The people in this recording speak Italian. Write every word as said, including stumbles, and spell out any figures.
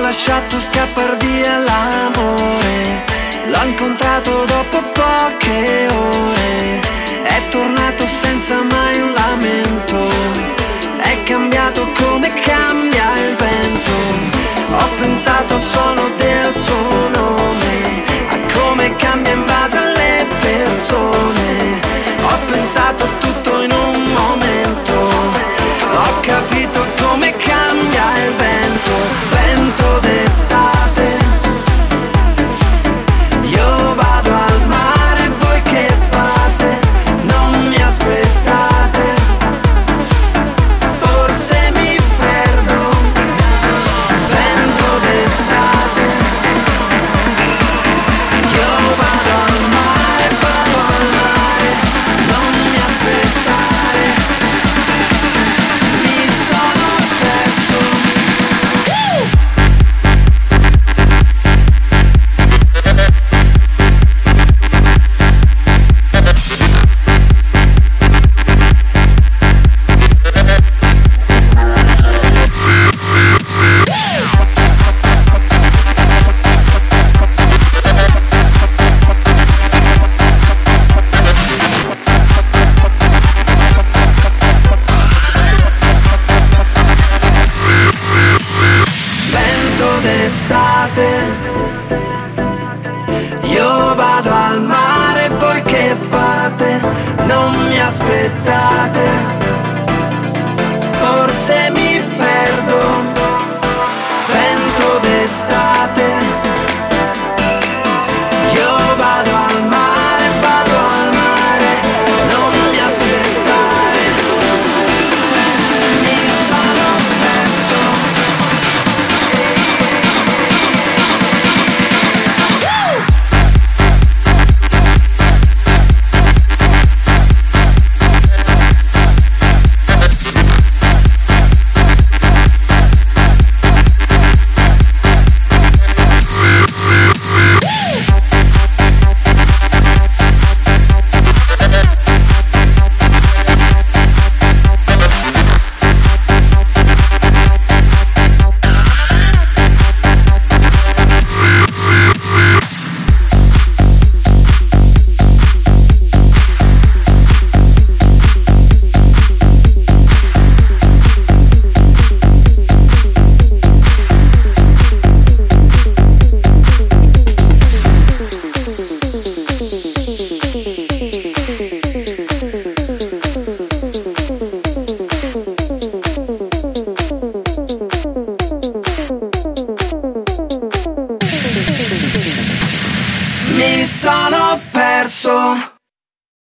lasciato scappar via l'amore, l'ho incontrato dopo poche ore, è tornato senza mai un lamento, è cambiato come cambia il vento. Ho pensato al suono del suo nome, a come cambia in base alle persone. Ho pensato a tutto in un momento, ho capito come cambia il vento. Vento d'estate, io vado al mare, voi che fate? Non mi aspettate, forse mi perdo. Vento d'estate, io vado al mare, vado al mare, non mi aspettare, mi sono perso. Vento d'estate, io vado al mare, voi che fate? Non mi aspettate, forse mi perdo. Vento d'estate, io vado al mare, vado al mare, non mi aspettare, mi sono perso. Mi sono perso.